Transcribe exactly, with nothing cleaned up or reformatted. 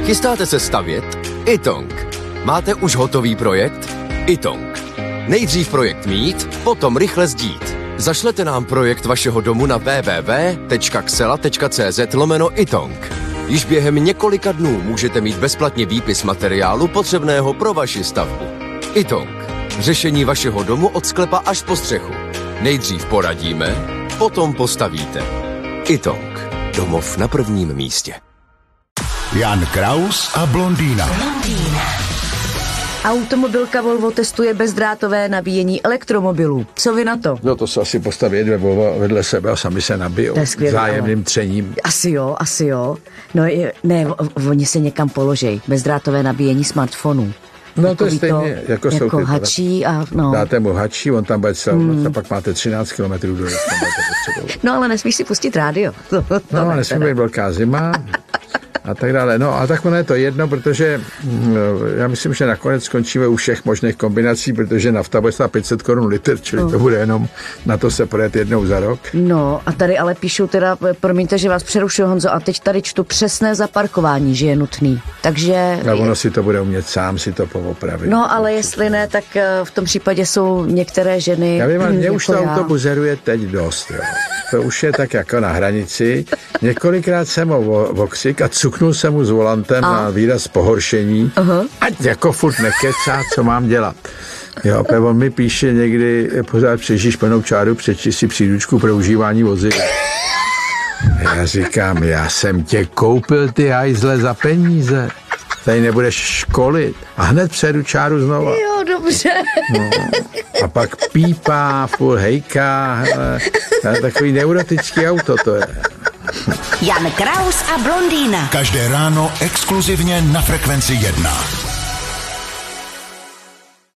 Chystáte se stavět? Itong. Máte už hotový projekt? Itong. Nejdřív projekt mít, potom rychle sdít. Zašlete nám projekt vašeho domu na w w w tečka xela tečka c z lomeno Itong. Již během několika dnů můžete mít bezplatně výpis materiálu potřebného pro vaši stavbu. Itong. Řešení vašeho domu od sklepa až po střechu. Nejdřív poradíme, potom postavíte. Itong. Domov na prvním místě. Jan Kraus a blondýna. Blondýna. Automobilka Volvo testuje bezdrátové nabíjení elektromobilů. Co vy na to? No to se asi postaví dvě Volvo vedle sebe a sami se nabijou. Vzájemným třením. Asi jo, asi jo. No ne, oni se někam položej. Bezdrátové nabíjení smartfonů. No to je stejně, to, jako, jako jsou ty. Hačí a no. Dáte mu hačí, on tam bude celou noc a pak máte třináct kilometrů do No ale nesmíš si pustit rádio. To, to no ale nesmí být velká zima a tak dále. No a tak ono je to jedno, protože no, já myslím, že nakonec skončíme u všech možných kombinací, protože nafta bude stát pět set korun litr, čili no. to bude jenom na to se projet jednou za rok. No a tady ale píšou teda, promiňte, že vás přerušuju, Honzo, a teď tady čtu přesné zaparkování, že je nutný. Takže... A ono si to bude umět sám, si to poopravit. No ale jestli ne, tak v tom případě jsou některé ženy... Já vím, mě jako už to já. auto buzeruje teď dost, jo. To už je tak jako na hranici. Několikrát jsem ho okřik a cuknul jsem mu s volantem a. na výraz pohoršení. Uh-huh. Ať jako furt nekecá, co mám dělat. Jo, on mi píše někdy, pořád přežíš plnou čáru, přečti si příručku pro užívání vozidla. Já říkám, já jsem tě koupil, ty hajzle, za peníze. Tady nebudeš školit. A hned přejdu čáru znova. Jo, dobře. No. A pak pípá, furt hejká. Hele. Takový neurotický auto to je. Jan Kraus a blondýna. Každé ráno exkluzivně na Frekvenci jedna.